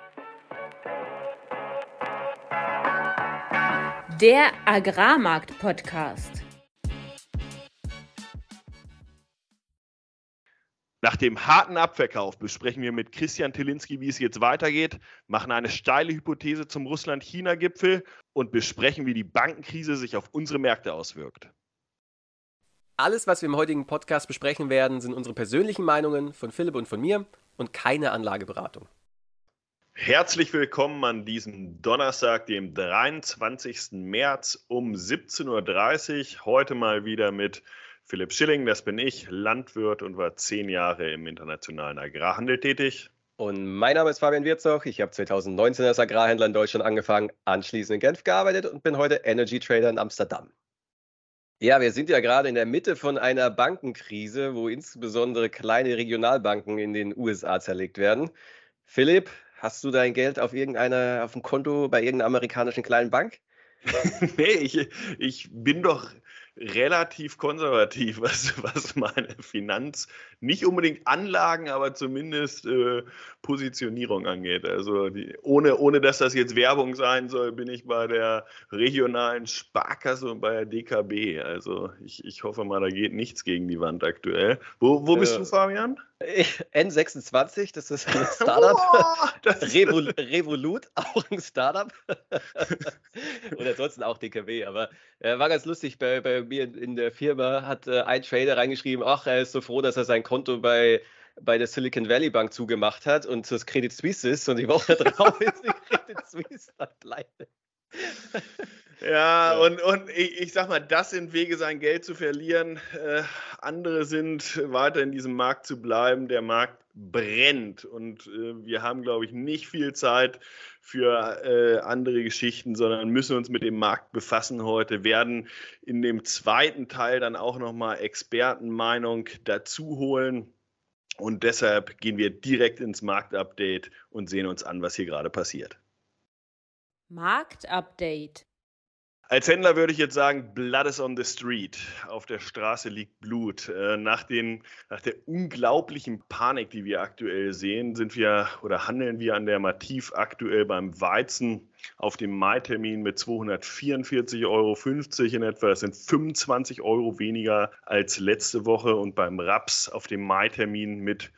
Der Agrarmarkt-Podcast. Nach dem harten Abverkauf besprechen wir mit Christian Tylinski, wie es jetzt weitergeht, machen eine steile Hypothese zum Russland-China-Gipfel und besprechen, wie die Bankenkrise sich auf unsere Märkte auswirkt. Alles, was wir im heutigen Podcast besprechen werden, sind unsere persönlichen Meinungen von Philipp und von mir und keine Anlageberatung. Herzlich willkommen an diesem Donnerstag, dem 23. März um 17.30 Uhr. Heute mal wieder mit Philipp Schilling, das bin ich, Landwirt und war 10 Jahre im internationalen Agrarhandel tätig. Und mein Name ist Fabian Wirzoch. Ich habe 2019 als Agrarhändler in Deutschland angefangen, anschließend in Genf gearbeitet und bin heute Energy Trader in Amsterdam. Ja, wir sind ja gerade in der Mitte von einer Bankenkrise, wo insbesondere kleine Regionalbanken in den USA zerlegt werden. Philipp, hast du dein Geld auf dem Konto bei irgendeiner amerikanischen kleinen Bank? Nee, ich bin doch relativ konservativ, was meine nicht unbedingt Anlagen, aber zumindest Positionierung angeht. Also ohne dass das jetzt Werbung sein soll, bin ich bei der regionalen Sparkasse und bei der DKB. Also ich hoffe mal, da geht nichts gegen die Wand aktuell. Wo bist du, Fabian? N26, das ist ein Startup. Revolut, auch ein Startup. Und ansonsten auch DKB. Aber war ganz lustig, bei mir in der Firma hat ein Trader reingeschrieben, ach, er ist so froh, dass er sein Konto bei der Silicon Valley Bank zugemacht hat und das Credit Suisse ist und die Woche drauf ist die Credit Suisse dann pleite. Ja, und ich sag mal, das sind Wege, sein Geld zu verlieren. Andere sind, weiter in diesem Markt zu bleiben. Der Markt brennt und wir haben, glaube ich, nicht viel Zeit für andere Geschichten, sondern müssen uns mit dem Markt befassen heute, werden in dem zweiten Teil dann auch nochmal Expertenmeinung dazu holen. Und deshalb gehen wir direkt ins Marktupdate und sehen uns an, was hier gerade passiert. Marktupdate. Als Händler würde ich jetzt sagen, Blood is on the street. Auf der Straße liegt Blut. Nach der unglaublichen Panik, die wir aktuell sehen, handeln wir an der Mativ aktuell beim Weizen auf dem Mai-Termin mit 244,50 € in etwa. Das sind 25 € weniger als letzte Woche. Und beim Raps auf dem Mai-Termin mit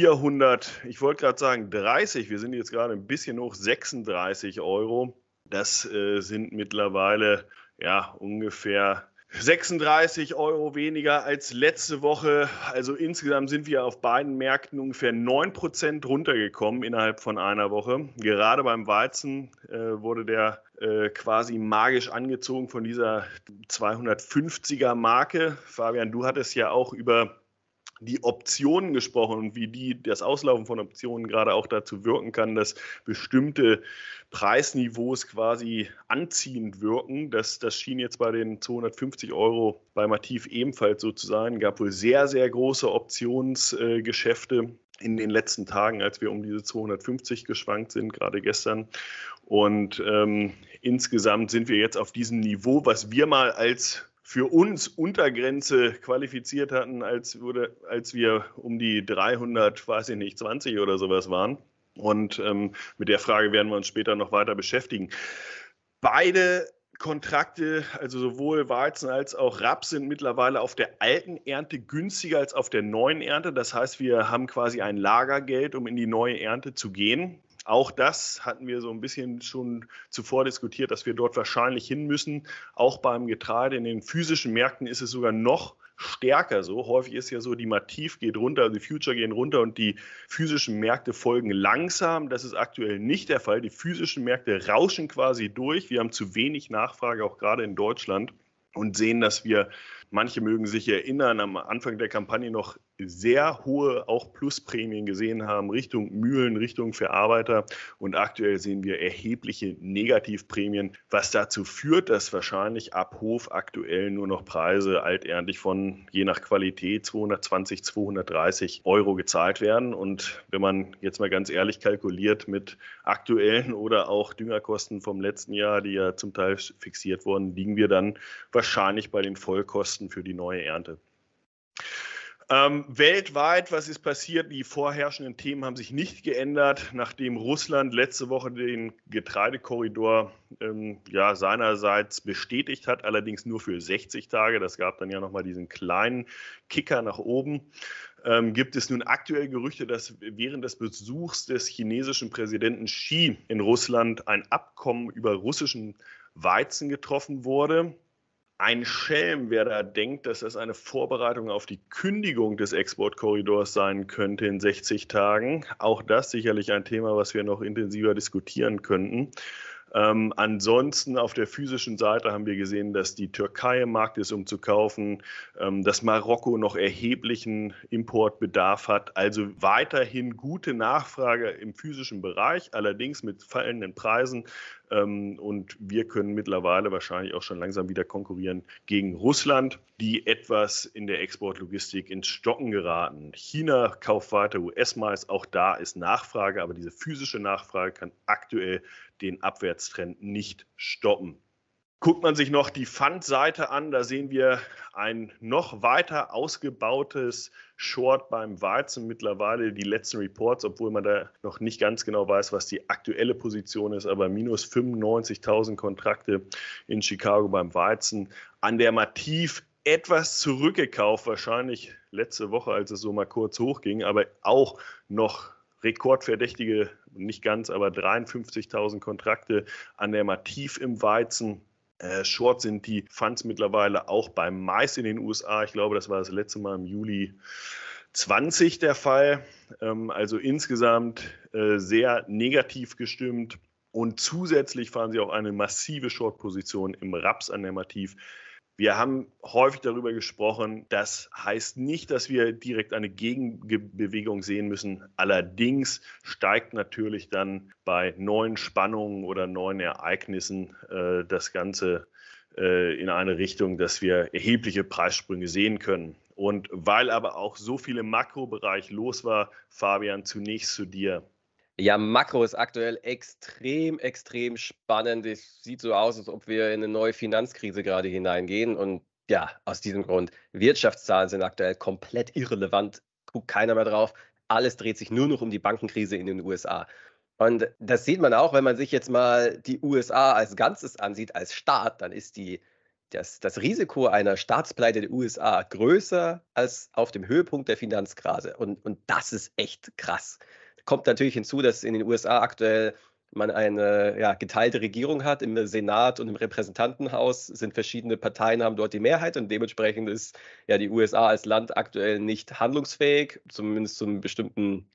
30, wir sind jetzt gerade ein bisschen hoch, 36 €. Das sind mittlerweile ungefähr 36 € weniger als letzte Woche. Also insgesamt sind wir auf beiden Märkten ungefähr 9% runtergekommen innerhalb von einer Woche. Gerade beim Weizen wurde der quasi magisch angezogen von dieser 250er Marke. Fabian, du hattest ja auch über die Optionen gesprochen und wie das Auslaufen von Optionen gerade auch dazu wirken kann, dass bestimmte Preisniveaus quasi anziehend wirken. Das schien jetzt bei den 250 € bei Mativ ebenfalls so zu sein. Gab wohl sehr, sehr große Optionsgeschäfte in den letzten Tagen, als wir um diese 250 geschwankt sind, gerade gestern. Und insgesamt sind wir jetzt auf diesem Niveau, was wir mal als für uns Untergrenze qualifiziert hatten, als wir um die 320 oder sowas waren. Und mit der Frage werden wir uns später noch weiter beschäftigen. Beide Kontrakte, also sowohl Weizen als auch Raps, sind mittlerweile auf der alten Ernte günstiger als auf der neuen Ernte. Das heißt, wir haben quasi ein Lagergeld, um in die neue Ernte zu gehen. Auch das hatten wir so ein bisschen schon zuvor diskutiert, dass wir dort wahrscheinlich hin müssen. Auch beim Getreide in den physischen Märkten ist es sogar noch stärker so. Häufig ist ja so, die Mativ geht runter, also die Future gehen runter und die physischen Märkte folgen langsam. Das ist aktuell nicht der Fall. Die physischen Märkte rauschen quasi durch. Wir haben zu wenig Nachfrage, auch gerade in Deutschland, und sehen, dass wir, manche mögen sich erinnern, am Anfang der Kampagne noch sehr hohe, auch Plusprämien gesehen haben, Richtung Mühlen, Richtung Verarbeiter. Und aktuell sehen wir erhebliche Negativprämien, was dazu führt, dass wahrscheinlich ab Hof aktuell nur noch Preise alterntig von, je nach Qualität, 220, 230 € gezahlt werden. Und wenn man jetzt mal ganz ehrlich kalkuliert mit aktuellen oder auch Düngerkosten vom letzten Jahr, die ja zum Teil fixiert wurden, liegen wir dann wahrscheinlich bei den Vollkosten für die neue Ernte. Weltweit, was ist passiert? Die vorherrschenden Themen haben sich nicht geändert, nachdem Russland letzte Woche den Getreidekorridor seinerseits bestätigt hat, allerdings nur für 60 Tage. Das gab dann ja nochmal diesen kleinen Kicker nach oben. Gibt es nun aktuell Gerüchte, dass während des Besuchs des chinesischen Präsidenten Xi in Russland ein Abkommen über russischen Weizen getroffen wurde. Ein Schelm, wer da denkt, dass das eine Vorbereitung auf die Kündigung des Exportkorridors sein könnte in 60 Tagen. Auch das sicherlich ein Thema, was wir noch intensiver diskutieren könnten. Ansonsten auf der physischen Seite haben wir gesehen, dass die Türkei im Markt ist, um zu kaufen, dass Marokko noch erheblichen Importbedarf hat. Also weiterhin gute Nachfrage im physischen Bereich, allerdings mit fallenden Preisen. Und wir können mittlerweile wahrscheinlich auch schon langsam wieder konkurrieren gegen Russland, die etwas in der Exportlogistik ins Stocken geraten. China kauft weiter US-Mais, auch da ist Nachfrage, aber diese physische Nachfrage kann aktuell den Abwärtstrend nicht stoppen. Guckt man sich noch die Pfandseite an, da sehen wir ein noch weiter ausgebautes Short beim Weizen. Mittlerweile die letzten Reports, obwohl man da noch nicht ganz genau weiß, was die aktuelle Position ist, aber minus 95.000 Kontrakte in Chicago beim Weizen. An der Mativ etwas zurückgekauft, wahrscheinlich letzte Woche, als es so mal kurz hochging, aber auch noch rekordverdächtige, nicht ganz, aber 53.000 Kontrakte an der Mativ im Weizen. Short sind die Funds mittlerweile auch beim Mais in den USA. Ich glaube, das war das letzte Mal im Juli 20 der Fall. Also insgesamt sehr negativ gestimmt. Und zusätzlich fahren sie auch eine massive Short-Position im Raps an der Mativ. Wir haben häufig darüber gesprochen, das heißt nicht, dass wir direkt eine Gegenbewegung sehen müssen. Allerdings steigt natürlich dann bei neuen Spannungen oder neuen Ereignissen das Ganze in eine Richtung, dass wir erhebliche Preissprünge sehen können. Und weil aber auch so viel im Makrobereich los war, Fabian, zunächst zu dir. Ja, Makro ist aktuell extrem spannend. Es sieht so aus, als ob wir in eine neue Finanzkrise gerade hineingehen. Und ja, aus diesem Grund, Wirtschaftszahlen sind aktuell komplett irrelevant. Guckt keiner mehr drauf. Alles dreht sich nur noch um die Bankenkrise in den USA. Und das sieht man auch, wenn man sich jetzt mal die USA als Ganzes ansieht, als Staat, dann ist das Risiko einer Staatspleite der USA größer als auf dem Höhepunkt der Finanzkrise. Und das ist echt krass. Kommt natürlich hinzu, dass in den USA aktuell man eine geteilte Regierung hat. Im Senat und im Repräsentantenhaus sind verschiedene Parteien, haben dort die Mehrheit und dementsprechend ist ja die USA als Land aktuell nicht handlungsfähig, zumindest zum bestimmten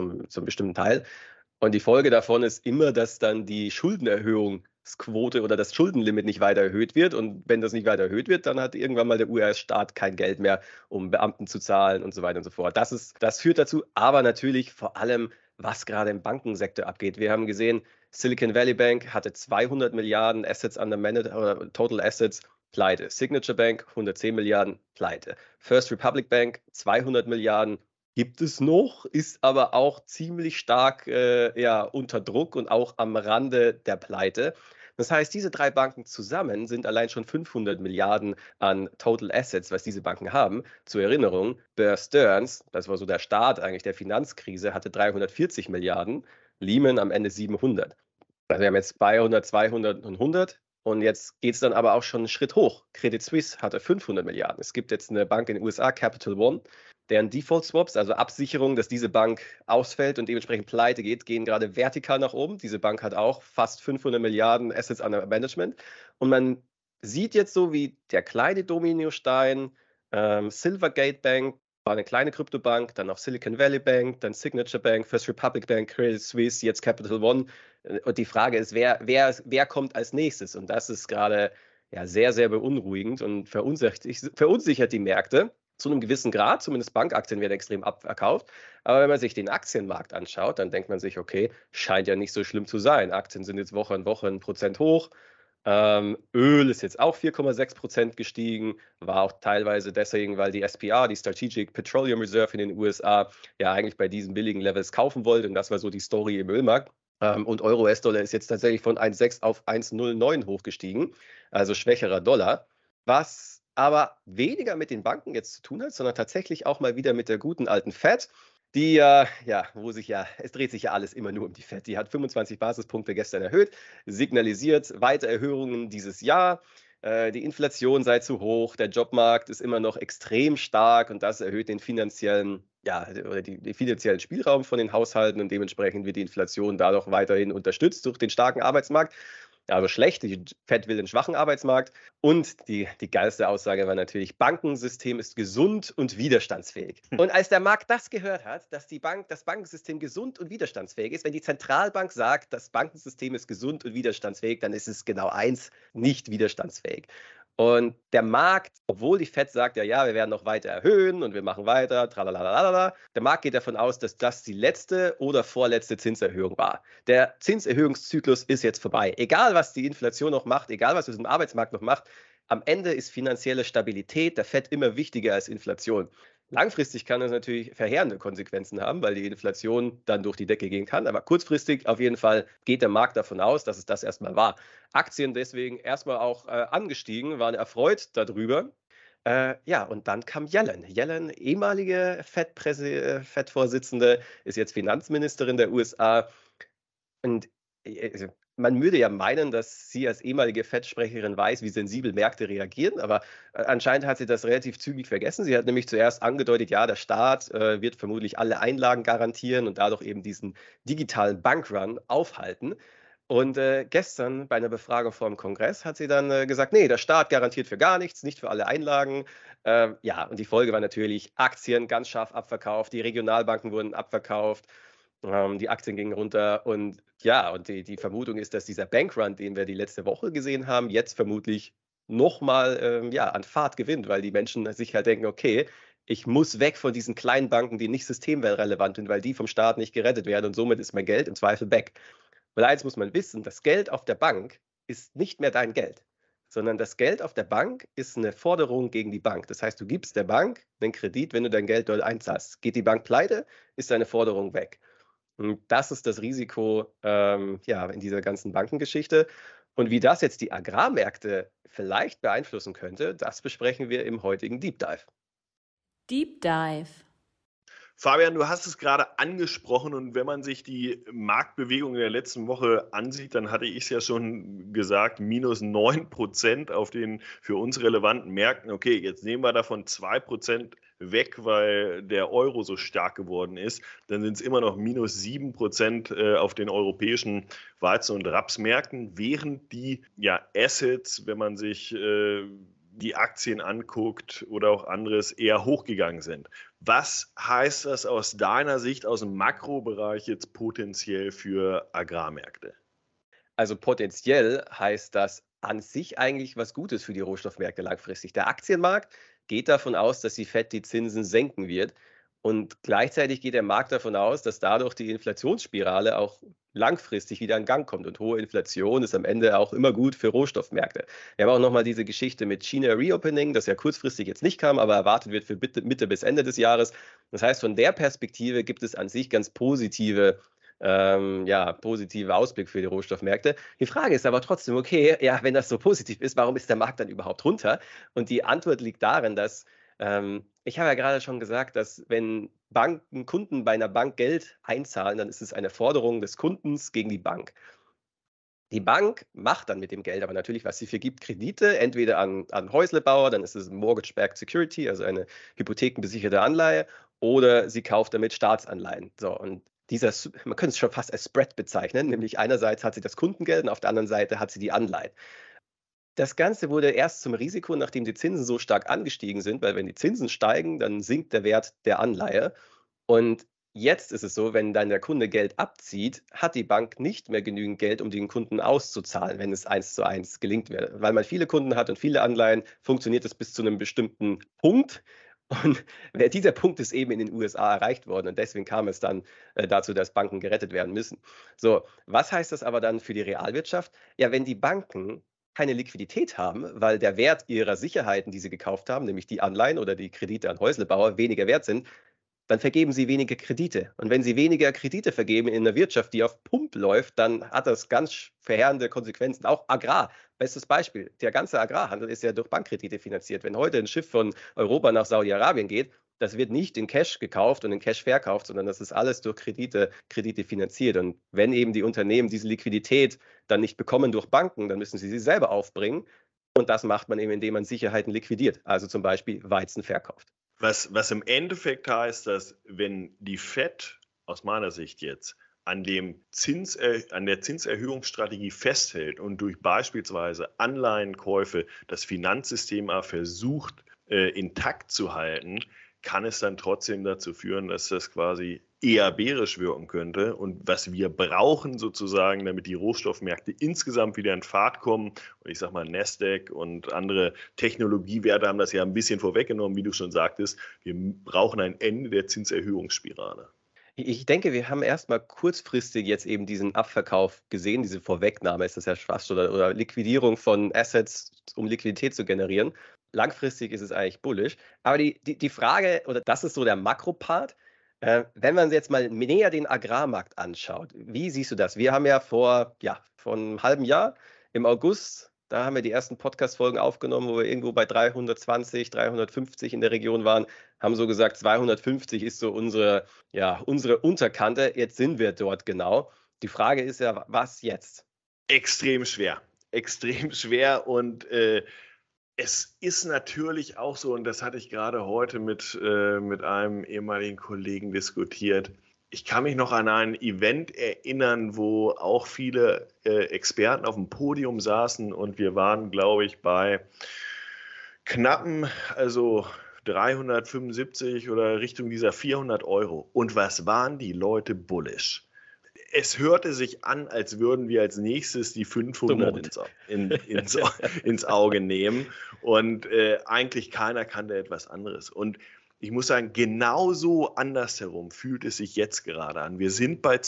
Teil. Und die Folge davon ist immer, dass dann die Schuldenerhöhungsquote oder das Schuldenlimit nicht weiter erhöht wird. Und wenn das nicht weiter erhöht wird, dann hat irgendwann mal der US-Staat kein Geld mehr, um Beamten zu zahlen und so weiter und so fort. Das führt dazu, aber natürlich vor allem, was gerade im Bankensektor abgeht. Wir haben gesehen, Silicon Valley Bank hatte 200 Milliarden Assets under Management oder Total Assets, pleite. Signature Bank 110 Milliarden, pleite. First Republic Bank 200 Milliarden, gibt es noch, ist aber auch ziemlich stark unter Druck und auch am Rande der Pleite. Das heißt, diese drei Banken zusammen sind allein schon 500 Milliarden an Total Assets, was diese Banken haben. Zur Erinnerung, Bear Stearns, das war so der Start eigentlich der Finanzkrise, hatte 340 Milliarden, Lehman am Ende 700. Also wir haben jetzt 200, 200 und 100. Und jetzt geht es dann aber auch schon einen Schritt hoch. Credit Suisse hatte 500 Milliarden. Es gibt jetzt eine Bank in den USA, Capital One, deren Default Swaps, also Absicherung, dass diese Bank ausfällt und dementsprechend pleite geht, gehen gerade vertikal nach oben. Diese Bank hat auch fast 500 Milliarden Assets under Management. Und man sieht jetzt so, wie der kleine Dominostein, Silvergate Bank, war eine kleine Kryptobank, dann auch Silicon Valley Bank, dann Signature Bank, First Republic Bank, Credit Suisse, jetzt Capital One. Und die Frage ist, wer kommt als nächstes? Und das ist gerade sehr beunruhigend und verunsichert die Märkte. Zu einem gewissen Grad, zumindest Bankaktien werden extrem abverkauft. Aber wenn man sich den Aktienmarkt anschaut, dann denkt man sich, okay, scheint ja nicht so schlimm zu sein. Aktien sind jetzt Woche an Woche 1% hoch. Öl ist jetzt auch 4,6% gestiegen, war auch teilweise deswegen, weil die SPR, die Strategic Petroleum Reserve in den USA, ja eigentlich bei diesen billigen Levels kaufen wollte. Und das war so die Story im Ölmarkt. Und Euro-US-Dollar ist jetzt tatsächlich von 1,6 auf 1,09 hochgestiegen, also schwächerer Dollar. Was aber weniger mit den Banken jetzt zu tun hat, sondern tatsächlich auch mal wieder mit der guten alten Fed, die es dreht sich ja alles immer nur um die Fed. Die hat 25 Basispunkte gestern erhöht, signalisiert weiter Erhöhungen dieses Jahr. Die Inflation sei zu hoch, der Jobmarkt ist immer noch extrem stark und das erhöht den finanziellen Spielraum von den Haushalten und dementsprechend wird die Inflation dadurch weiterhin unterstützt durch den starken Arbeitsmarkt. Aber schlecht, die Fed will einen schwachen Arbeitsmarkt. Und die geilste Aussage war natürlich, Bankensystem ist gesund und widerstandsfähig. Und als der Markt das gehört hat, dass das Bankensystem gesund und widerstandsfähig ist, wenn die Zentralbank sagt, das Bankensystem ist gesund und widerstandsfähig, dann ist es genau eins, nicht widerstandsfähig. Und der Markt, obwohl die Fed sagt, ja, wir werden noch weiter erhöhen und wir machen weiter, tralalalala, der Markt geht davon aus, dass das die letzte oder vorletzte Zinserhöhung war. Der Zinserhöhungszyklus ist jetzt vorbei. Egal, was die Inflation noch macht, egal, was es im Arbeitsmarkt noch macht, am Ende ist finanzielle Stabilität der Fed immer wichtiger als Inflation. Langfristig kann das natürlich verheerende Konsequenzen haben, weil die Inflation dann durch die Decke gehen kann. Aber kurzfristig auf jeden Fall geht der Markt davon aus, dass es das erstmal war. Aktien deswegen erstmal auch angestiegen, waren erfreut darüber. Und dann kam Yellen. Yellen, ehemalige Fed-Vorsitzende, ist jetzt Finanzministerin der USA. Und man würde ja meinen, dass sie als ehemalige Fed-Sprecherin weiß, wie sensibel Märkte reagieren, aber anscheinend hat sie das relativ zügig vergessen. Sie hat nämlich zuerst angedeutet, ja, der Staat wird vermutlich alle Einlagen garantieren und dadurch eben diesen digitalen Bankrun aufhalten. Und gestern bei einer Befragung vor dem Kongress hat sie dann gesagt, nee, der Staat garantiert für gar nichts, nicht für alle Einlagen. Und die Folge war natürlich Aktien ganz scharf abverkauft, die Regionalbanken wurden abverkauft. Die Aktien gingen runter und die Vermutung ist, dass dieser Bankrun, den wir die letzte Woche gesehen haben, jetzt vermutlich nochmal an Fahrt gewinnt, weil die Menschen sich halt denken, okay, ich muss weg von diesen kleinen Banken, die nicht systemrelevant sind, weil die vom Staat nicht gerettet werden und somit ist mein Geld im Zweifel weg. Weil eins muss man wissen, das Geld auf der Bank ist nicht mehr dein Geld, sondern das Geld auf der Bank ist eine Forderung gegen die Bank. Das heißt, du gibst der Bank einen Kredit, wenn du dein Geld dort einzahlst. Geht die Bank pleite, ist deine Forderung weg. Und das ist das Risiko in dieser ganzen Bankengeschichte. Und wie das jetzt die Agrarmärkte vielleicht beeinflussen könnte, das besprechen wir im heutigen Deep Dive. Deep Dive. Fabian, du hast es gerade angesprochen und wenn man sich die Marktbewegung in der letzten Woche ansieht, dann hatte ich es ja schon gesagt, minus 9% auf den für uns relevanten Märkten. Okay, jetzt nehmen wir davon 2% weg, weil der Euro so stark geworden ist. Dann sind es immer noch minus 7% auf den europäischen Weizen- und Rapsmärkten, während die Assets, wenn man sich die Aktien anguckt oder auch anderes, eher hochgegangen sind. Was heißt das aus deiner Sicht, aus dem Makrobereich jetzt potenziell für Agrarmärkte? Also potenziell heißt das an sich eigentlich was Gutes für die Rohstoffmärkte langfristig. Der Aktienmarkt geht davon aus, dass die Fed die Zinsen senken wird. Und gleichzeitig geht der Markt davon aus, dass dadurch die Inflationsspirale auch langfristig wieder in Gang kommt. Und hohe Inflation ist am Ende auch immer gut für Rohstoffmärkte. Wir haben auch nochmal diese Geschichte mit China Reopening, das ja kurzfristig jetzt nicht kam, aber erwartet wird für Mitte bis Ende des Jahres. Das heißt, von der Perspektive gibt es an sich ganz positive Ausblick für die Rohstoffmärkte. Die Frage ist aber trotzdem, okay, wenn das so positiv ist, warum ist der Markt dann überhaupt runter? Und die Antwort liegt darin, dass ich habe ja gerade schon gesagt, dass wenn Kunden bei einer Bank Geld einzahlen, dann ist es eine Forderung des Kundens gegen die Bank. Die Bank macht dann mit dem Geld aber natürlich, was sie für gibt, Kredite, entweder an Häuslebauer, dann ist es Mortgage-Backed Security, also eine hypothekenbesicherte Anleihe, oder sie kauft damit Staatsanleihen. So, und man könnte es schon fast als Spread bezeichnen, nämlich einerseits hat sie das Kundengeld und auf der anderen Seite hat sie die Anleihen. Das Ganze wurde erst zum Risiko, nachdem die Zinsen so stark angestiegen sind, weil wenn die Zinsen steigen, dann sinkt der Wert der Anleihe. Und jetzt ist es so, wenn dann der Kunde Geld abzieht, hat die Bank nicht mehr genügend Geld, um den Kunden auszuzahlen, wenn es 1:1 gelingt wird. Weil man viele Kunden hat und viele Anleihen, funktioniert es bis zu einem bestimmten Punkt. Und dieser Punkt ist eben in den USA erreicht worden und deswegen kam es dann dazu, dass Banken gerettet werden müssen. So, was heißt das aber dann für die Realwirtschaft? Ja, wenn die Banken keine Liquidität haben, weil der Wert ihrer Sicherheiten, die sie gekauft haben, nämlich die Anleihen oder die Kredite an Häuslebauer, weniger wert sind, dann vergeben sie weniger Kredite. Und wenn sie weniger Kredite vergeben in einer Wirtschaft, die auf Pump läuft, dann hat das ganz verheerende Konsequenzen. Auch Agrar, bestes Beispiel. Der ganze Agrarhandel ist ja durch Bankkredite finanziert. Wenn heute ein Schiff von Europa nach Saudi-Arabien geht, das wird nicht in Cash gekauft und in Cash verkauft, sondern das ist alles durch Kredite finanziert. Und wenn eben die Unternehmen diese Liquidität dann nicht bekommen durch Banken, dann müssen sie selber aufbringen. Und das macht man eben, indem man Sicherheiten liquidiert, also zum Beispiel Weizen verkauft. Was im Endeffekt heißt, dass wenn die FED aus meiner Sicht jetzt an der Zinserhöhungsstrategie festhält und durch beispielsweise Anleihenkäufe das Finanzsystem versucht intakt zu halten, kann es dann trotzdem dazu führen, dass das quasi eher bärisch wirken könnte. Und was wir brauchen sozusagen, damit die Rohstoffmärkte insgesamt wieder in Fahrt kommen, und ich sage mal Nasdaq und andere Technologiewerte haben das ja ein bisschen vorweggenommen, wie du schon sagtest, wir brauchen ein Ende der Zinserhöhungsspirale. Ich denke, wir haben erstmal kurzfristig jetzt eben diesen Abverkauf gesehen, diese Vorwegnahme ist das ja fast, oder Liquidierung von Assets, um Liquidität zu generieren. Langfristig ist es eigentlich bullish. Aber die Frage, oder das ist so der Makropart, wenn man jetzt mal näher den Agrarmarkt anschaut, wie siehst du das? Wir haben ja vor einem halben Jahr im August, da haben wir die ersten Podcast-Folgen aufgenommen, wo wir irgendwo bei 320, 350 in der Region waren, haben so gesagt, 250 ist so unsere Unterkante. Jetzt sind wir dort genau. Die Frage ist ja, was jetzt? Extrem schwer und es ist natürlich auch so, und das hatte ich gerade heute mit einem ehemaligen Kollegen diskutiert. Ich kann mich noch an ein Event erinnern, wo auch viele Experten auf dem Podium saßen und wir waren, glaube ich, bei knappen, also 375 oder Richtung dieser 400 Euro. Und was waren die Leute bullish? Es hörte sich an, als würden wir als nächstes die 500 ins Auge nehmen und eigentlich keiner kannte etwas anderes. Und ich muss sagen, genauso andersherum fühlt es sich jetzt gerade an. Wir sind bei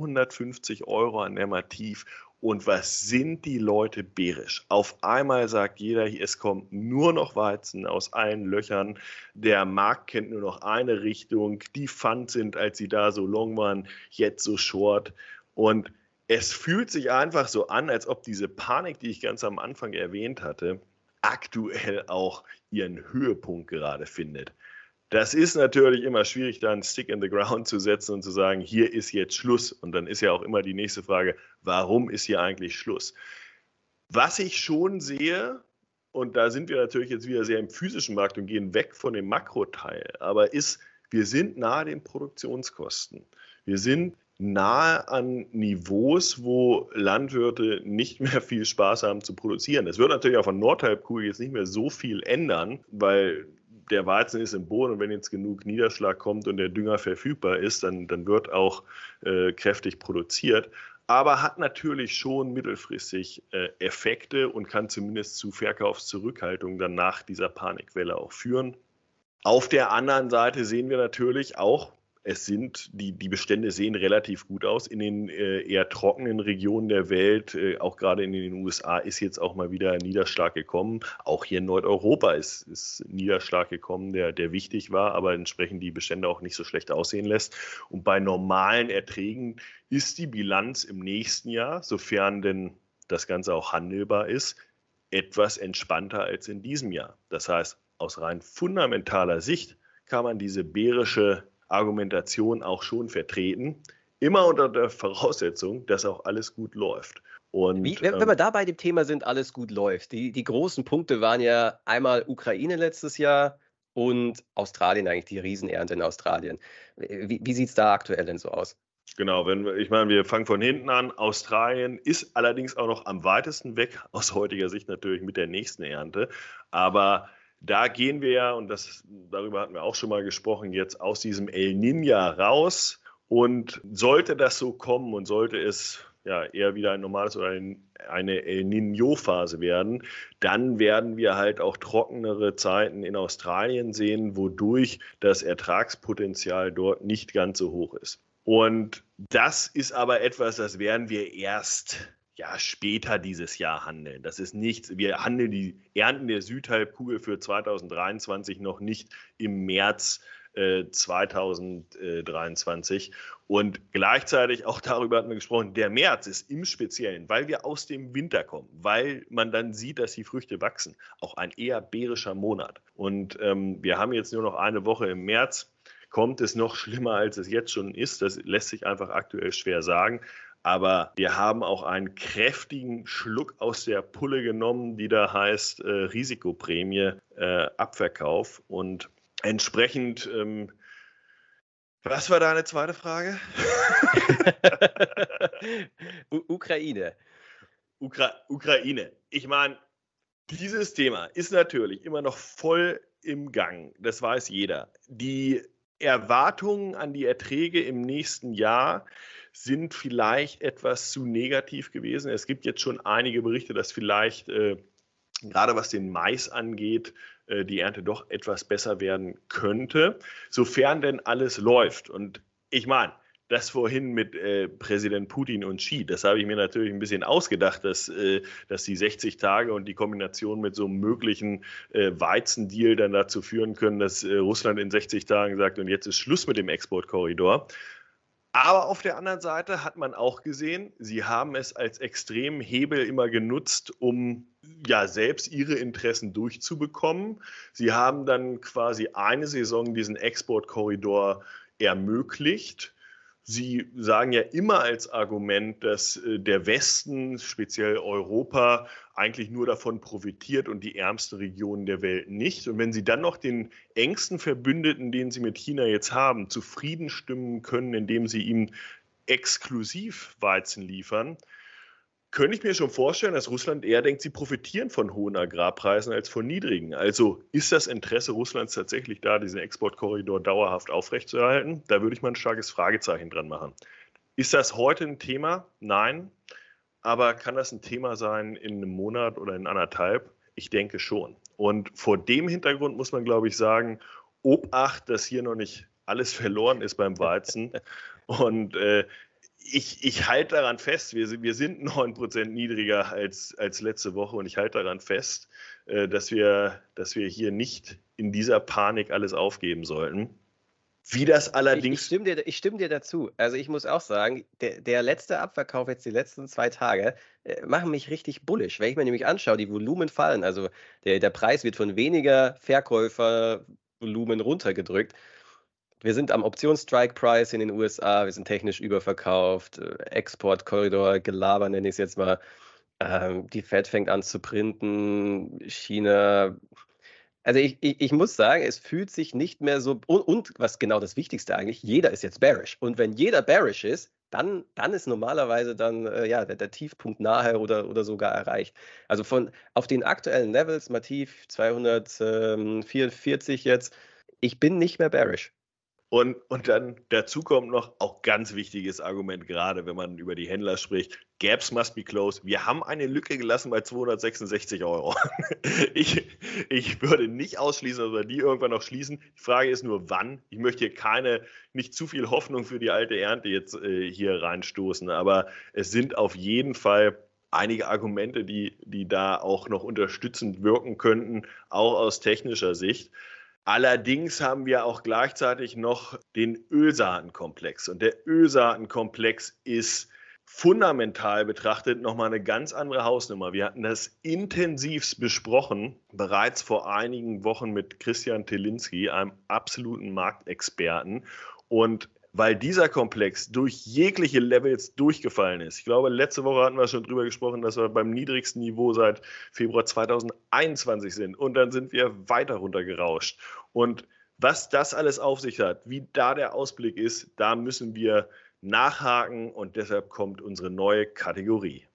250 Euro an der Mativ. Und was sind die Leute bärisch? Auf einmal sagt jeder, es kommt nur noch Weizen aus allen Löchern. Der Markt kennt nur noch eine Richtung. Die Fund sind, als sie da so long waren, jetzt so short. Und es fühlt sich einfach so an, als ob diese Panik, die ich ganz am Anfang erwähnt hatte, aktuell auch ihren Höhepunkt gerade findet. Das ist natürlich immer schwierig, da einen Stick in the ground zu setzen und zu sagen, hier ist jetzt Schluss. Und dann ist ja auch immer die nächste Frage, warum ist hier eigentlich Schluss? Was ich schon sehe, und da sind wir natürlich jetzt wieder sehr im physischen Markt und gehen weg von dem Makroteil, aber wir sind nahe den Produktionskosten. Wir sind nahe an Niveaus, wo Landwirte nicht mehr viel Spaß haben zu produzieren. Es wird natürlich auch von Nordhalbkugel jetzt nicht mehr so viel ändern, weil der Weizen ist im Boden und wenn jetzt genug Niederschlag kommt und der Dünger verfügbar ist, dann wird auch kräftig produziert. Aber hat natürlich schon mittelfristig Effekte und kann zumindest zu Verkaufszurückhaltung dann nach dieser Panikwelle auch führen. Auf der anderen Seite sehen wir natürlich auch, die Bestände sehen relativ gut aus. In den eher trockenen Regionen der Welt, auch gerade in den USA, ist jetzt auch mal wieder Niederschlag gekommen. Auch hier in Nordeuropa ist Niederschlag gekommen, der wichtig war, aber entsprechend die Bestände auch nicht so schlecht aussehen lässt. Und bei normalen Erträgen ist die Bilanz im nächsten Jahr, sofern denn das Ganze auch handelbar ist, etwas entspannter als in diesem Jahr. Das heißt, aus rein fundamentaler Sicht kann man diese bärische Argumentation auch schon vertreten, immer unter der Voraussetzung, dass auch alles gut läuft. Und, wenn wir da bei dem Thema sind, alles gut läuft. Die großen Punkte waren ja einmal Ukraine letztes Jahr und Australien, eigentlich die Riesenernte in Australien. Wie sieht es da aktuell denn so aus? Genau, wir fangen von hinten an. Australien ist allerdings auch noch am weitesten weg, aus heutiger Sicht natürlich mit der nächsten Ernte. Aber da gehen wir ja, und darüber hatten wir auch schon mal gesprochen, jetzt aus diesem El Niño raus. Und sollte das so kommen und sollte es ja eher wieder ein normales oder eine El Niño-Phase werden, dann werden wir halt auch trockenere Zeiten in Australien sehen, wodurch das Ertragspotenzial dort nicht ganz so hoch ist. Und das ist aber etwas, das werden wir erst später dieses Jahr handeln. Das ist nichts. Wir handeln die Ernten der Südhalbkugel für 2023 noch nicht im März 2023. Und gleichzeitig, auch darüber hatten wir gesprochen, der März ist im Speziellen, weil wir aus dem Winter kommen, weil man dann sieht, dass die Früchte wachsen, auch ein eher bärischer Monat. Und wir haben jetzt nur noch eine Woche im März. Kommt es noch schlimmer, als es jetzt schon ist? Das lässt sich einfach aktuell schwer sagen. Aber wir haben auch einen kräftigen Schluck aus der Pulle genommen, die da heißt Risikoprämie, Abverkauf. Und entsprechend, was war deine zweite Frage? Ukraine. Ukraine. Ich meine, dieses Thema ist natürlich immer noch voll im Gang. Das weiß jeder. Die Erwartungen an die Erträge im nächsten Jahr sind vielleicht etwas zu negativ gewesen. Es gibt jetzt schon einige Berichte, dass vielleicht gerade was den Mais angeht, die Ernte doch etwas besser werden könnte, sofern denn alles läuft. Und ich meine, das vorhin mit Präsident Putin und Xi, das habe ich mir natürlich ein bisschen ausgedacht, dass die 60 Tage und die Kombination mit so einem möglichen Weizendeal dann dazu führen können, dass Russland in 60 Tagen sagt, und jetzt ist Schluss mit dem Exportkorridor. Aber auf der anderen Seite hat man auch gesehen, sie haben es als extremen Hebel immer genutzt, um ja selbst ihre Interessen durchzubekommen. Sie haben dann quasi eine Saison diesen Exportkorridor ermöglicht. Sie sagen ja immer als Argument, dass der Westen, speziell Europa, eigentlich nur davon profitiert und die ärmsten Regionen der Welt nicht. Und wenn Sie dann noch den engsten Verbündeten, den Sie mit China jetzt haben, zufrieden stimmen können, indem Sie ihm exklusiv Weizen liefern, könnte ich mir schon vorstellen, dass Russland eher denkt, sie profitieren von hohen Agrarpreisen als von niedrigen. Also ist das Interesse Russlands tatsächlich da, diesen Exportkorridor dauerhaft aufrechtzuerhalten? Da würde ich mal ein starkes Fragezeichen dran machen. Ist das heute ein Thema? Nein. Aber kann das ein Thema sein in einem Monat oder in anderthalb? Ich denke schon. Und vor dem Hintergrund muss man, glaube ich, sagen, Obacht, dass hier noch nicht alles verloren ist beim Weizen. Und ich halte daran fest, wir sind 9% niedriger als letzte Woche und ich halte daran fest, dass wir hier nicht in dieser Panik alles aufgeben sollten. Wie das allerdings... Ich stimme dir dazu. Also ich muss auch sagen, der letzte Abverkauf jetzt die letzten 2 Tage machen mich richtig bullisch. Wenn ich mir nämlich anschaue, die Volumen fallen, also der Preis wird von weniger Verkäufervolumen runtergedrückt. Wir sind am Options-Strike-Price in den USA, wir sind technisch überverkauft, Exportkorridor, Gelaber nenne ich es jetzt mal. Die Fed fängt an zu printen, China. Also ich muss sagen, es fühlt sich nicht mehr so, und was genau das Wichtigste eigentlich, jeder ist jetzt bearish. Und wenn jeder bearish ist, dann ist normalerweise dann der Tiefpunkt nahe oder sogar erreicht. Also auf den aktuellen Levels, mal tief 244 jetzt, ich bin nicht mehr bearish. Und dann dazu kommt noch, auch ganz wichtiges Argument, gerade wenn man über die Händler spricht, Gaps must be closed. Wir haben eine Lücke gelassen bei 266 €. Ich würde nicht ausschließen, dass wir die irgendwann noch schließen. Die Frage ist nur, wann. Ich möchte hier nicht zu viel Hoffnung für die alte Ernte jetzt hier reinstoßen, aber es sind auf jeden Fall einige Argumente, die da auch noch unterstützend wirken könnten, auch aus technischer Sicht. Allerdings haben wir auch gleichzeitig noch den Ölsaatenkomplex. Und der Ölsaatenkomplex ist fundamental betrachtet nochmal eine ganz andere Hausnummer. Wir hatten das intensivst besprochen, bereits vor einigen Wochen mit Christian Tylinski, einem absoluten Marktexperten. Und weil dieser Komplex durch jegliche Levels durchgefallen ist. Ich glaube, letzte Woche hatten wir schon drüber gesprochen, dass wir beim niedrigsten Niveau seit Februar 2021 sind. Und dann sind wir weiter runtergerauscht. Und was das alles auf sich hat, wie da der Ausblick ist, da müssen wir nachhaken. Und deshalb kommt unsere neue Kategorie.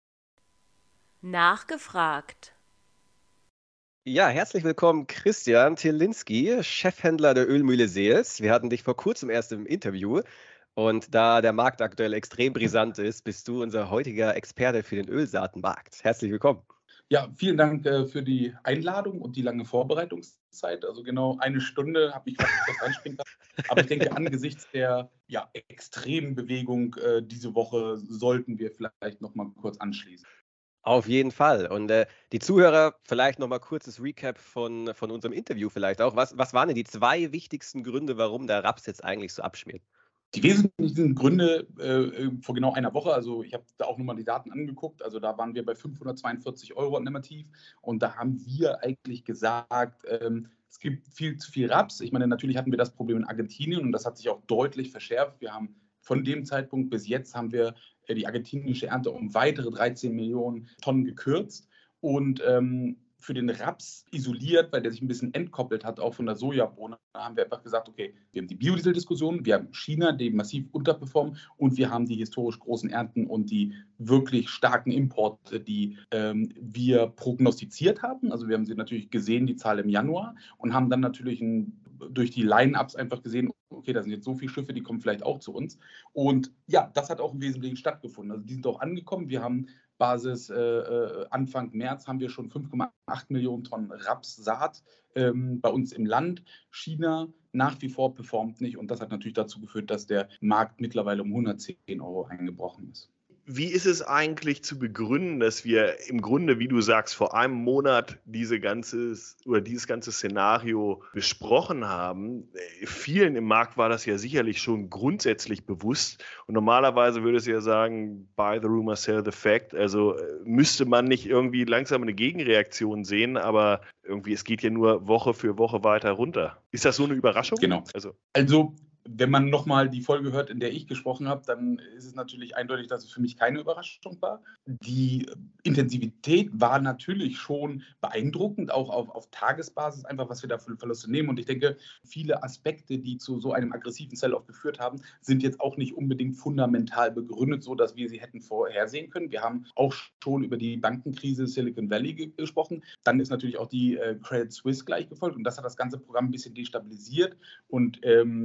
Nachgefragt. Ja, herzlich willkommen, Christian Tylinski, Chefhändler der Ölmühle Seels. Wir hatten dich vor kurzem erst im Interview und da der Markt aktuell extrem brisant ist, bist du unser heutiger Experte für den Ölsaatenmarkt. Herzlich willkommen. Ja, vielen Dank für die Einladung und die lange Vorbereitungszeit. Also genau 1 Stunde habe ich fast einspringen lassen. Aber ich denke, angesichts der extremen Bewegung diese Woche sollten wir vielleicht noch mal kurz anschließen. Auf jeden Fall. Und die Zuhörer, vielleicht nochmal kurzes Recap von unserem Interview vielleicht auch. Was waren denn die 2 wichtigsten Gründe, warum der Raps jetzt eigentlich so abschmiert? Die wesentlichen Gründe vor genau einer Woche, also ich habe da auch nochmal die Daten angeguckt, also da waren wir bei 542 € normativ und da haben wir eigentlich gesagt, es gibt viel zu viel Raps. Ich meine, natürlich hatten wir das Problem in Argentinien und das hat sich auch deutlich verschärft. Wir haben von dem Zeitpunkt bis jetzt haben wir die argentinische Ernte um weitere 13 Millionen Tonnen gekürzt und für den Raps isoliert, weil der sich ein bisschen entkoppelt hat, auch von der Sojabohne, haben wir einfach gesagt, okay, wir haben die Biodiesel-Diskussion, wir haben China, die massiv unterperformen und wir haben die historisch großen Ernten und die wirklich starken Importe, die wir prognostiziert haben. Also wir haben sie natürlich gesehen, die Zahl im Januar, und haben dann natürlich durch die Line-Ups einfach gesehen, okay, da sind jetzt so viele Schiffe, die kommen vielleicht auch zu uns. Und ja, das hat auch im Wesentlichen stattgefunden. Also die sind auch angekommen. Wir haben Basis Anfang März haben wir schon 5,8 Millionen Tonnen Rapssaat bei uns im Land. China nach wie vor performt nicht und das hat natürlich dazu geführt, dass der Markt mittlerweile um 110 € eingebrochen ist. Wie ist es eigentlich zu begründen, dass wir im Grunde, wie du sagst, vor einem Monat dieses ganze Szenario besprochen haben? Vielen im Markt war das ja sicherlich schon grundsätzlich bewusst. Und normalerweise würde es ja sagen, buy the rumor, sell the fact. Also müsste man nicht irgendwie langsam eine Gegenreaktion sehen, aber irgendwie, es geht ja nur Woche für Woche weiter runter. Ist das so eine Überraschung? Genau. Also wenn man nochmal die Folge hört, in der ich gesprochen habe, dann ist es natürlich eindeutig, dass es für mich keine Überraschung war. Die Intensivität war natürlich schon beeindruckend, auch auf Tagesbasis, einfach was wir da für Verluste nehmen. Und ich denke, viele Aspekte, die zu so einem aggressiven Sell-off geführt haben, sind jetzt auch nicht unbedingt fundamental begründet, so dass wir sie hätten vorhersehen können. Wir haben auch schon über die Bankenkrise Silicon Valley gesprochen. Dann ist natürlich auch die Credit Suisse gleich gefolgt und das hat das ganze Programm ein bisschen destabilisiert. Und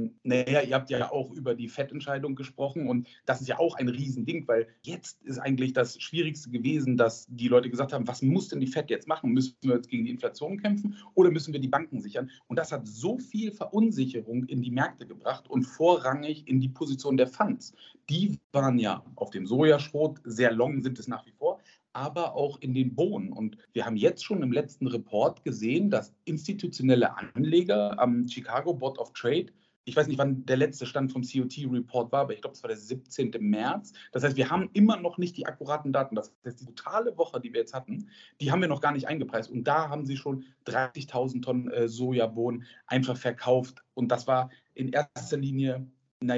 ihr habt ja auch über die FED-Entscheidung gesprochen und das ist ja auch ein Riesending, weil jetzt ist eigentlich das Schwierigste gewesen, dass die Leute gesagt haben, was muss denn die FED jetzt machen? Müssen wir jetzt gegen die Inflation kämpfen oder müssen wir die Banken sichern? Und das hat so viel Verunsicherung in die Märkte gebracht und vorrangig in die Position der Funds. Die waren ja auf dem Sojaschrot sehr long, sind es nach wie vor, aber auch in den Bohnen. Und wir haben jetzt schon im letzten Report gesehen, dass institutionelle Anleger am Chicago Board of Trade, ich weiß nicht, wann der letzte Stand vom COT-Report war, aber ich glaube, es war der 17. März. Das heißt, wir haben immer noch nicht die akkuraten Daten. Das heißt, die totale Woche, die wir jetzt hatten, die haben wir noch gar nicht eingepreist. Und da haben sie schon 30.000 Tonnen Sojabohnen einfach verkauft. Und das war in erster Linie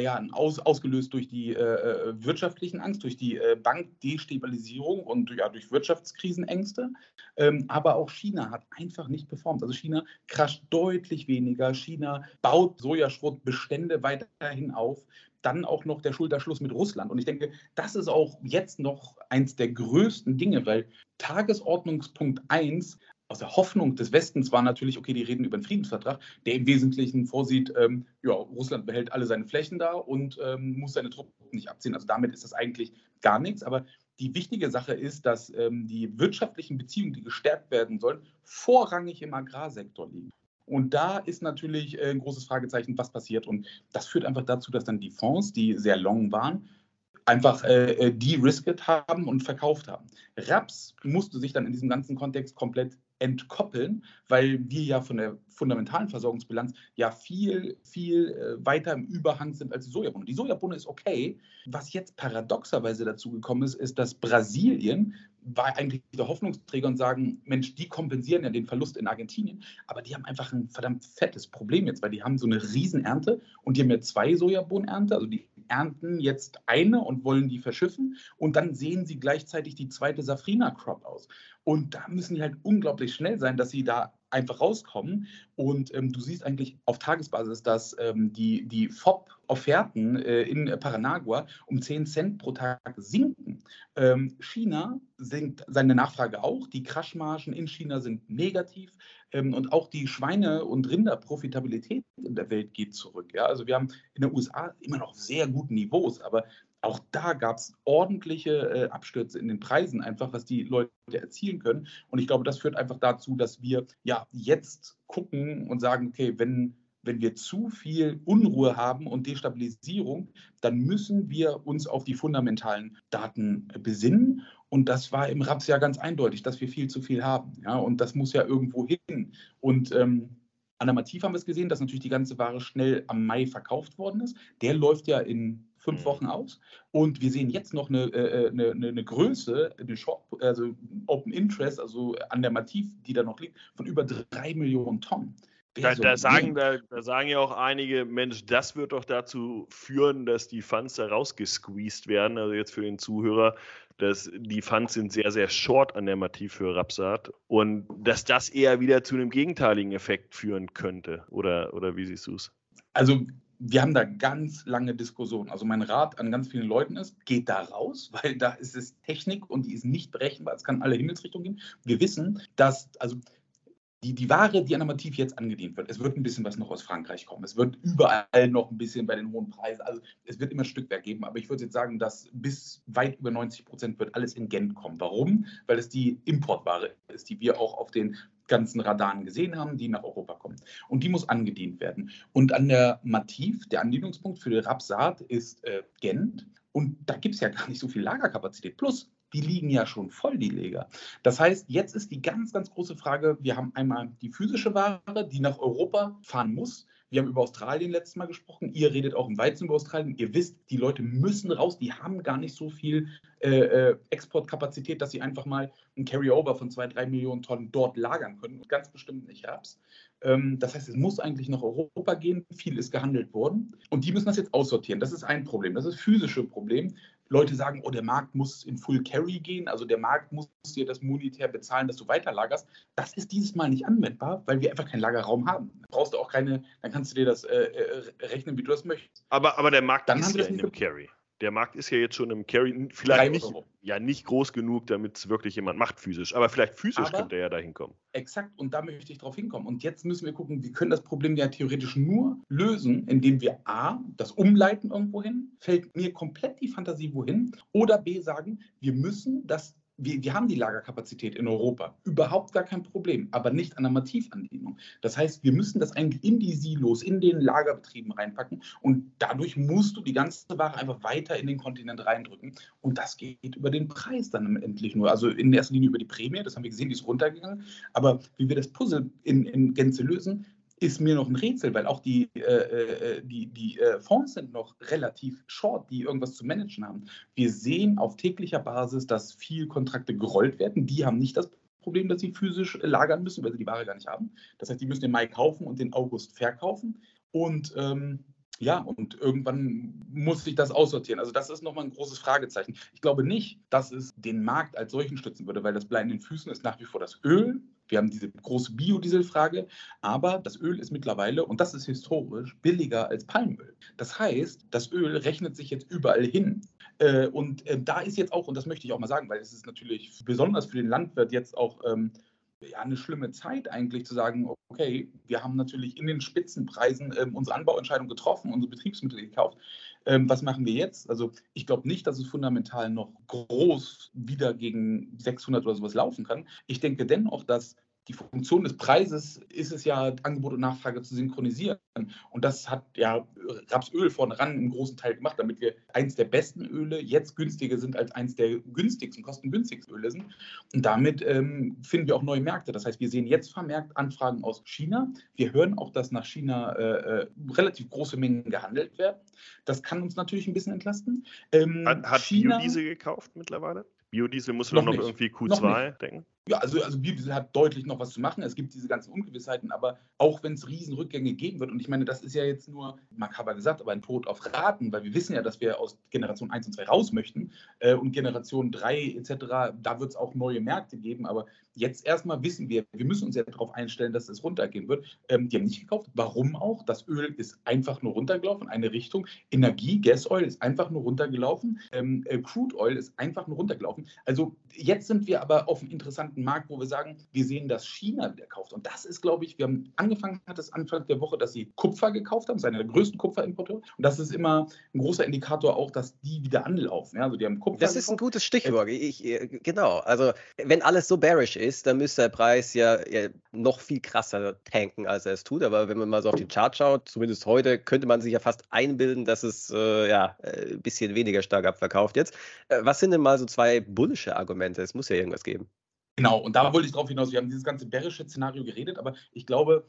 ausgelöst durch die wirtschaftlichen Angst, durch die Bankdestabilisierung und durch Wirtschaftskrisenängste. Aber auch China hat einfach nicht performt. Also China crasht deutlich weniger. China baut Sojaschrotbestände weiterhin auf. Dann auch noch der Schulterschluss mit Russland. Und ich denke, das ist auch jetzt noch eins der größten Dinge, weil Tagesordnungspunkt 1 aus der Hoffnung des Westens war natürlich, okay, die reden über einen Friedensvertrag, der im Wesentlichen vorsieht, Russland behält alle seine Flächen da und muss seine Truppen nicht abziehen. Also damit ist das eigentlich gar nichts. Aber die wichtige Sache ist, dass die wirtschaftlichen Beziehungen, die gestärkt werden sollen, vorrangig im Agrarsektor liegen. Und da ist natürlich ein großes Fragezeichen, was passiert. Und das führt einfach dazu, dass dann die Fonds, die sehr long waren, einfach de-risked haben und verkauft haben. Raps musste sich dann in diesem ganzen Kontext komplett entkoppeln, weil wir ja von der fundamentalen Versorgungsbilanz ja viel weiter im Überhang sind als die Sojabohne. Die Sojabohne ist okay. Was jetzt paradoxerweise dazu gekommen ist, ist, dass Brasilien war eigentlich der Hoffnungsträger und sagen, Mensch, die kompensieren ja den Verlust in Argentinien, aber die haben einfach ein verdammt fettes Problem jetzt, weil die haben so eine Riesenernte und die haben ja 2 Sojabohnenernte, also die ernten jetzt eine und wollen die verschiffen und dann sehen sie gleichzeitig die zweite Safrina-Crop aus. Und da müssen die halt unglaublich schnell sein, dass sie da einfach rauskommen. Und du siehst eigentlich auf Tagesbasis, dass die FOB-Offerten in Paranagua um 10 Cent pro Tag sinken. China sinkt seine Nachfrage auch. Die Crushmargen in China sind negativ. Und auch die Schweine- und Rinderprofitabilität in der Welt geht zurück. Ja? Also wir haben in den USA immer noch sehr gute Niveaus, aber auch da gab es ordentliche Abstürze in den Preisen, einfach was die Leute erzielen können. Und ich glaube, das führt einfach dazu, dass wir ja jetzt gucken und sagen, okay, wenn wenn wir zu viel Unruhe haben und Destabilisierung, dann müssen wir uns auf die fundamentalen Daten besinnen. Und das war im Raps ja ganz eindeutig, dass wir viel zu viel haben. Ja? Und das muss ja irgendwo hin. Und an der Mativ haben wir es gesehen, dass natürlich die ganze Ware schnell am Mai verkauft worden ist. Der läuft ja in 5 Wochen aus. Und wir sehen jetzt noch eine Größe, eine Short, also Open Interest, also an der Mativ, die da noch liegt, von über 3 Millionen Tonnen. Da sagen ja auch einige, Mensch, das wird doch dazu führen, dass die Funds da rausgesqueezed werden. Also jetzt für den Zuhörer, dass die Funds sind sehr, sehr short an der Mativ für Rapssaat und dass das eher wieder zu einem gegenteiligen Effekt führen könnte. Oder wie siehst du es? Also wir haben da ganz lange Diskussionen. Also mein Rat an ganz vielen Leuten ist, geht da raus, weil da ist es Technik und die ist nicht berechenbar. Es kann in alle Himmelsrichtungen gehen. Wir wissen, dass, also die Ware, die an der Mativ jetzt angedient wird, es wird ein bisschen was noch aus Frankreich kommen. Es wird überall noch ein bisschen bei den hohen Preisen, also es wird immer ein Stückwerk geben, aber ich würde jetzt sagen, dass bis weit über 90% wird alles in Gent kommen. Warum? Weil es die Importware ist, die wir auch auf den ganzen Radaren gesehen haben, die nach Europa kommen. Und die muss angedient werden. Und an der Mativ, der Andienungspunkt für die Rapssaat ist Gent. Und da gibt es ja gar nicht so viel Lagerkapazität. Plus, die liegen ja schon voll, die Lager. Das heißt, jetzt ist die ganz, ganz große Frage, wir haben einmal die physische Ware, die nach Europa fahren muss. Wir haben über Australien letztes Mal gesprochen. Ihr redet auch im Weizen über Australien. Ihr wisst, die Leute müssen raus. Die haben gar nicht so viel Exportkapazität, dass sie einfach mal ein Carryover von 2-3 Millionen Tonnen dort lagern können. Ganz bestimmt nicht Raps. Das heißt, es muss eigentlich nach Europa gehen. Viel ist gehandelt worden. Und die müssen das jetzt aussortieren. Das ist ein Problem. Das ist das physische Problem. Leute sagen, oh, der Markt muss in Full Carry gehen, also der Markt muss dir das monetär bezahlen, dass du weiterlagerst. Das ist dieses Mal nicht anwendbar, weil wir einfach keinen Lagerraum haben. Da brauchst du auch keine, dann kannst du dir das rechnen, wie du das möchtest. Aber der Markt Dann ist ja in einem Carry. Der Markt ist ja jetzt schon im Carry, vielleicht nicht groß genug, damit es wirklich jemand macht physisch, aber vielleicht physisch könnte er ja dahin kommen. Exakt, und da möchte ich drauf hinkommen. Und jetzt müssen wir gucken, wir können das Problem ja theoretisch nur lösen, indem wir A, das umleiten irgendwo hin, fällt mir komplett die Fantasie wohin, oder B, sagen, wir müssen das. Wir haben die Lagerkapazität in Europa, überhaupt gar kein Problem, aber nicht an der Mativandienung. Das heißt, wir müssen das eigentlich in die Silos, in den Lagerbetrieben reinpacken und dadurch musst du die ganze Ware einfach weiter in den Kontinent reindrücken und das geht über den Preis dann endlich nur. Also in erster Linie über die Prämie, das haben wir gesehen, die ist runtergegangen, aber wie wir das Puzzle in Gänze lösen, ist mir noch ein Rätsel, weil auch die Fonds sind noch relativ short, die irgendwas zu managen haben. Wir sehen auf täglicher Basis, dass viel Kontrakte gerollt werden. Die haben nicht das Problem, dass sie physisch lagern müssen, weil sie die Ware gar nicht haben. Das heißt, die müssen den Mai kaufen und den August verkaufen. Und und irgendwann muss sich das aussortieren. Also das ist nochmal ein großes Fragezeichen. Ich glaube nicht, dass es den Markt als solchen stützen würde, weil das Blei in den Füßen ist nach wie vor das Öl. Wir haben diese große Biodieselfrage, aber das Öl ist mittlerweile, und das ist historisch, billiger als Palmöl. Das heißt, das Öl rechnet sich jetzt überall hin. Da ist jetzt auch, und das möchte ich auch mal sagen, weil es ist natürlich besonders für den Landwirt jetzt auch eine schlimme Zeit eigentlich zu sagen, okay, wir haben natürlich in den Spitzenpreisen unsere Anbauentscheidung getroffen, unsere Betriebsmittel gekauft. Was machen wir jetzt? Also ich glaube nicht, dass es fundamental noch groß wieder gegen 600 oder sowas laufen kann. Ich denke dennoch, dass die Funktion des Preises ist es ja, Angebot und Nachfrage zu synchronisieren. Und das hat ja Rapsöl vorne ran im großen Teil gemacht, damit wir eins der besten Öle jetzt günstiger sind als eins der günstigsten, kostengünstigsten Öle sind. Und damit finden wir auch neue Märkte. Das heißt, wir sehen jetzt vermehrt Anfragen aus China. Wir hören auch, dass nach China relativ große Mengen gehandelt werden. Das kann uns natürlich ein bisschen entlasten. Hat China Biodiesel gekauft mittlerweile? Biodiesel muss noch irgendwie Q2 denken? Ja, also Biodiesel hat deutlich noch was zu machen. Es gibt diese ganzen Ungewissheiten, aber auch wenn es Riesenrückgänge geben wird, und ich meine, das ist ja jetzt nur, makaber gesagt, aber ein Tod auf Raten, weil wir wissen ja, dass wir aus Generation 1 und 2 raus möchten und Generation 3 etc., da wird es auch neue Märkte geben, aber jetzt erstmal wissen wir müssen uns ja darauf einstellen, dass es runtergehen wird. Die haben nicht gekauft. Warum auch? Das Öl ist einfach nur runtergelaufen, eine Richtung. Energie, Gas Oil ist einfach nur runtergelaufen. Crude Oil ist einfach nur runtergelaufen. Also jetzt sind wir aber auf einem interessanten ein Markt, wo wir sagen, wir sehen, dass China wieder kauft. Und das ist, glaube ich, wir haben angefangen, hat es Anfang der Woche, dass sie Kupfer gekauft haben, das ist einer der größten Kupferimporteure. Und das ist immer ein großer Indikator auch, dass die wieder anlaufen. Ja, also die haben Kupfer Das ist ein gutes Stichwort. Genau. Also, wenn alles so bearish ist, dann müsste der Preis ja noch viel krasser tanken, als er es tut. Aber wenn man mal so auf die Chart schaut, zumindest heute, könnte man sich ja fast einbilden, dass es ein bisschen weniger stark abverkauft jetzt. Was sind denn mal so zwei bullische Argumente? Es muss ja irgendwas geben. Genau, und da wollte ich drauf hinaus. Wir haben dieses ganze bearische Szenario geredet, aber ich glaube,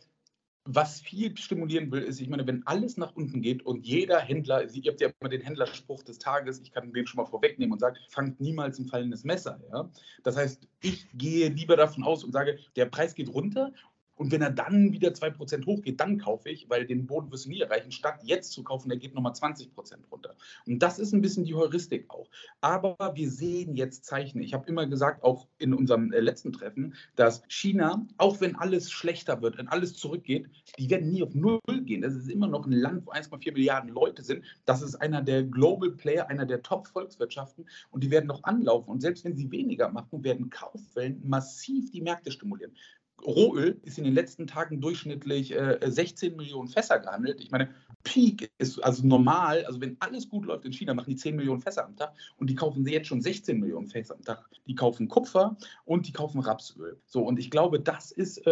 was viel stimulieren will, ist, ich meine, wenn alles nach unten geht und jeder Händler, ihr habt ja immer den Händlerspruch des Tages, ich kann den schon mal vorwegnehmen und sage, fangt niemals ein fallendes Messer. Ja? Das heißt, ich gehe lieber davon aus und sage, der Preis geht runter. Und wenn er dann wieder 2% hochgeht, dann kaufe ich, weil den Boden wirst du nie erreichen, statt jetzt zu kaufen, der geht nochmal 20% runter. Und das ist ein bisschen die Heuristik auch. Aber wir sehen jetzt Zeichen. Ich habe immer gesagt, auch in unserem letzten Treffen, dass China, auch wenn alles schlechter wird, wenn alles zurückgeht, die werden nie auf Null gehen. Das ist immer noch ein Land, wo 1,4 Milliarden Leute sind. Das ist einer der Global Player, einer der Top-Volkswirtschaften. Und die werden noch anlaufen. Und selbst wenn sie weniger machen, werden Kaufwellen massiv die Märkte stimulieren. Rohöl ist in den letzten Tagen durchschnittlich 16 Millionen Fässer gehandelt. Ich meine, Peak ist also normal, also wenn alles gut läuft in China, machen die 10 Millionen Fässer am Tag und die kaufen jetzt schon 16 Millionen Fässer am Tag. Die kaufen Kupfer und die kaufen Rapsöl. So, und ich glaube, das ist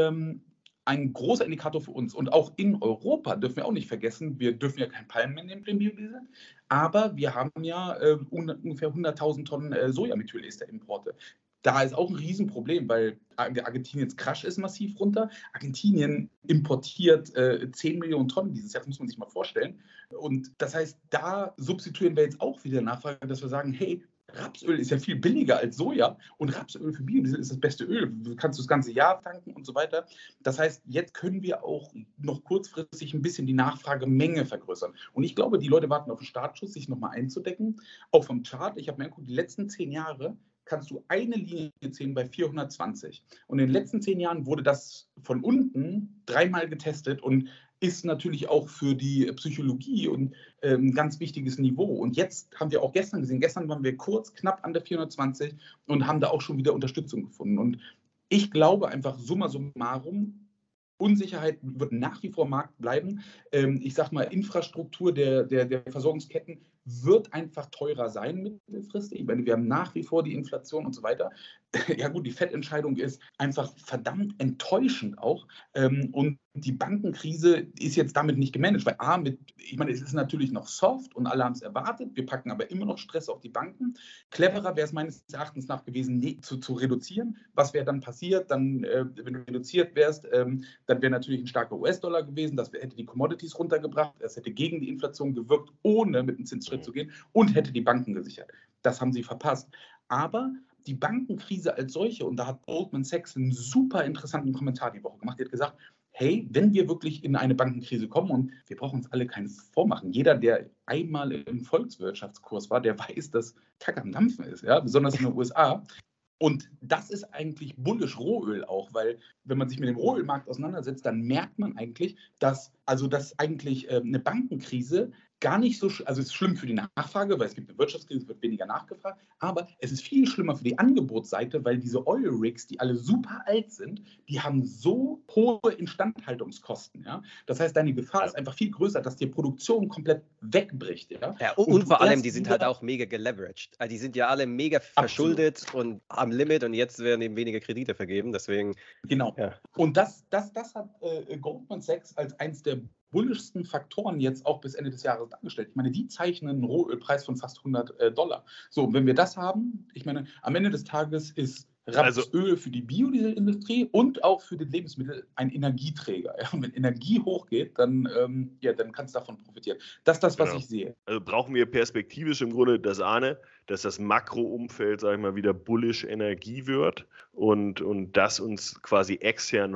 ein großer Indikator für uns. Und auch in Europa dürfen wir auch nicht vergessen, wir dürfen ja kein Palmen mehr nehmen für den Biodiesel, aber wir haben ja ungefähr 100.000 Tonnen Sojamethylester-Importe. Da ist auch ein Riesenproblem, weil Argentiniens Crush ist massiv runter. Argentinien importiert 10 Millionen Tonnen dieses Jahr, das muss man sich mal vorstellen. Und das heißt, da substituieren wir jetzt auch wieder Nachfrage, dass wir sagen, hey, Rapsöl ist ja viel billiger als Soja und Rapsöl für Biodiesel ist das beste Öl. Du kannst das ganze Jahr tanken und so weiter. Das heißt, jetzt können wir auch noch kurzfristig ein bisschen die Nachfragemenge vergrößern. Und ich glaube, die Leute warten auf den Startschuss, sich nochmal einzudecken. Auch vom Chart, ich habe mir angeguckt, die letzten 10 Jahre kannst du eine Linie ziehen bei 420. Und in den letzten 10 Jahren wurde das von unten 3-mal getestet und ist natürlich auch für die Psychologie und ein ganz wichtiges Niveau. Und jetzt haben wir auch gestern gesehen, gestern waren wir kurz knapp an der 420 und haben da auch schon wieder Unterstützung gefunden. Und ich glaube einfach, summa summarum, Unsicherheit wird nach wie vor im Markt bleiben. Ich sage mal, Infrastruktur der Versorgungsketten wird einfach teurer sein mittelfristig. Ich meine, wir haben nach wie vor die Inflation und so weiter. Ja gut, die FED-Entscheidung ist einfach verdammt enttäuschend auch. Und die Bankenkrise ist jetzt damit nicht gemanagt, weil ich meine, es ist natürlich noch soft und alle haben es erwartet. Wir packen aber immer noch Stress auf die Banken. Cleverer wäre es meines Erachtens nach gewesen, zu reduzieren. Was wäre dann passiert? Dann, wenn du reduziert wärst, dann wäre natürlich ein starker US-Dollar gewesen. Das hätte die Commodities runtergebracht. Es hätte gegen die Inflation gewirkt, ohne mit einem Zinsschritt zu gehen und hätte die Banken gesichert. Das haben sie verpasst. Aber die Bankenkrise als solche, und da hat Goldman Sachs einen super interessanten Kommentar die Woche gemacht, die hat gesagt, hey, wenn wir wirklich in eine Bankenkrise kommen, und wir brauchen uns alle keins vormachen, jeder, der einmal im Volkswirtschaftskurs war, der weiß, dass Kacke am Dampfen ist, ja? Besonders in den USA. Und das ist eigentlich bullisch Rohöl auch, weil wenn man sich mit dem Rohölmarkt auseinandersetzt, dann merkt man eigentlich, dass eigentlich eine Bankenkrise gar nicht so, also es ist schlimm für die Nachfrage, weil es gibt eine Wirtschaftskrise, es wird weniger nachgefragt, aber es ist viel schlimmer für die Angebotsseite, weil diese Oil Rigs, die alle super alt sind, die haben so hohe Instandhaltungskosten. Ja? Das heißt, deine Gefahr ist einfach viel größer, dass die Produktion komplett wegbricht. Ja, und vor allem, die sind halt auch mega geleveraged. Also die sind ja alle mega verschuldet und am Limit und jetzt werden eben weniger Kredite vergeben. Deswegen. Genau. Ja. Und das hat Goldman Sachs als eins der bullischsten Faktoren jetzt auch bis Ende des Jahres dargestellt. Ich meine, die zeichnen einen Rohölpreis von fast $100. So, wenn wir das haben, ich meine, am Ende des Tages ist Rapsöl für die Biodieselindustrie und auch für den Lebensmittel ein Energieträger. Ja? Und wenn Energie hochgeht, dann kannst du davon profitieren. Das ist das, was ich sehe. Also brauchen wir perspektivisch im Grunde das eine, dass das Makroumfeld, sage ich mal, wieder bullish Energie wird und das uns quasi extern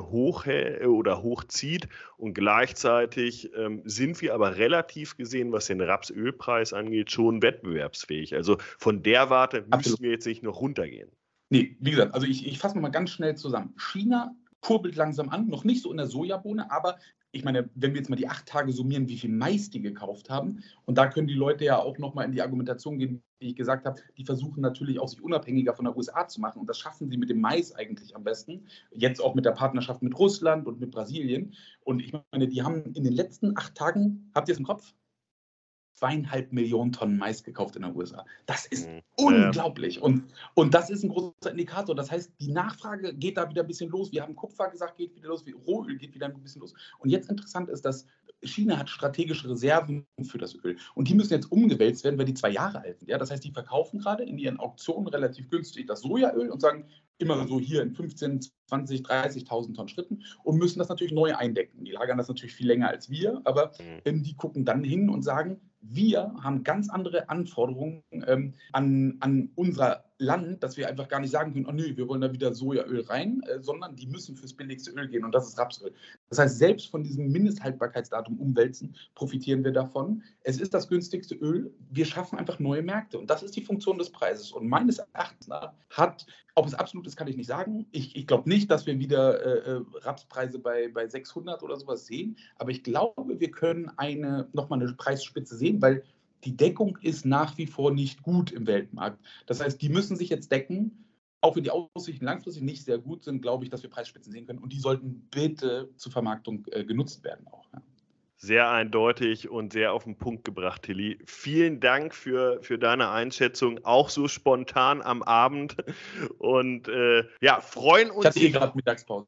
hochzieht. Und gleichzeitig sind wir aber relativ gesehen, was den Rapsölpreis angeht, schon wettbewerbsfähig. Also von der Warte müssen wir jetzt nicht noch runtergehen. Nee, wie gesagt, also ich fasse mal ganz schnell zusammen. China kurbelt langsam an, noch nicht so in der Sojabohne, aber ich meine, wenn wir jetzt mal die 8 Tage summieren, wie viel Mais die gekauft haben, und da können die Leute ja auch nochmal in die Argumentation gehen, wie ich gesagt habe, die versuchen natürlich auch sich unabhängiger von der USA zu machen, und das schaffen sie mit dem Mais eigentlich am besten, jetzt auch mit der Partnerschaft mit Russland und mit Brasilien, und ich meine, die haben in den letzten 8 Tagen, habt ihr es im Kopf? 2,5 Millionen Tonnen Mais gekauft in den USA. Das ist unglaublich. Und das ist ein großer Indikator. Das heißt, die Nachfrage geht da wieder ein bisschen los. Wir haben Kupfer gesagt, geht wieder los. Rohöl geht wieder ein bisschen los. Und jetzt interessant ist, dass China hat strategische Reserven für das Öl. Und die müssen jetzt umgewälzt werden, weil die 2 Jahre alt sind. Ja? Das heißt, die verkaufen gerade in ihren Auktionen relativ günstig das Sojaöl und sagen, immer so hier in 15, 20, 30.000 Tonnen Schritten und müssen das natürlich neu eindecken. Die lagern das natürlich viel länger als wir, aber die gucken dann hin und sagen, wir haben ganz andere Anforderungen an unser Land, dass wir einfach gar nicht sagen können, oh nö, wir wollen da wieder Sojaöl rein, sondern die müssen fürs billigste Öl gehen, und das ist Rapsöl. Das heißt, selbst von diesem Mindesthaltbarkeitsdatum umwälzen, profitieren wir davon. Es ist das günstigste Öl. Wir schaffen einfach neue Märkte, und das ist die Funktion des Preises. Und meines Erachtens hat, ob es absolut ist, kann ich nicht sagen. Ich glaube nicht, dass wir wieder Rapspreise bei 600 oder sowas sehen, aber ich glaube, wir können nochmal eine Preisspitze sehen, weil die Deckung ist nach wie vor nicht gut im Weltmarkt. Das heißt, die müssen sich jetzt decken. Auch wenn die Aussichten langfristig nicht sehr gut sind, glaube ich, dass wir Preisspitzen sehen können. Und die sollten bitte zur Vermarktung genutzt werden auch. Ja. Sehr eindeutig und sehr auf den Punkt gebracht, Tilly. Vielen Dank für deine Einschätzung, auch so spontan am Abend. Und freuen uns. Ich hatte gerade Mittagspause.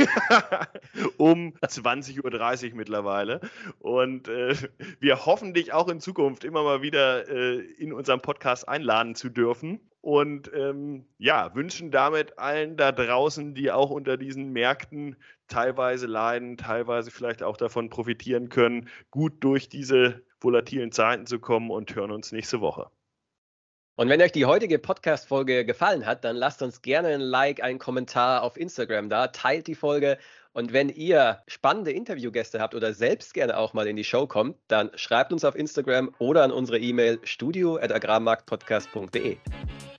Um 20.30 Uhr mittlerweile. Und wir hoffen, dich auch in Zukunft immer mal wieder in unserem Podcast einladen zu dürfen. Und wünschen damit allen da draußen, die auch unter diesen Märkten teilweise leiden, teilweise vielleicht auch davon profitieren können, gut durch diese volatilen Zeiten zu kommen, und hören uns nächste Woche. Und wenn euch die heutige Podcast-Folge gefallen hat, dann lasst uns gerne ein Like, einen Kommentar auf Instagram da, teilt die Folge, und wenn ihr spannende Interviewgäste habt oder selbst gerne auch mal in die Show kommt, dann schreibt uns auf Instagram oder an unsere E-Mail studio@agrarmarktpodcast.de.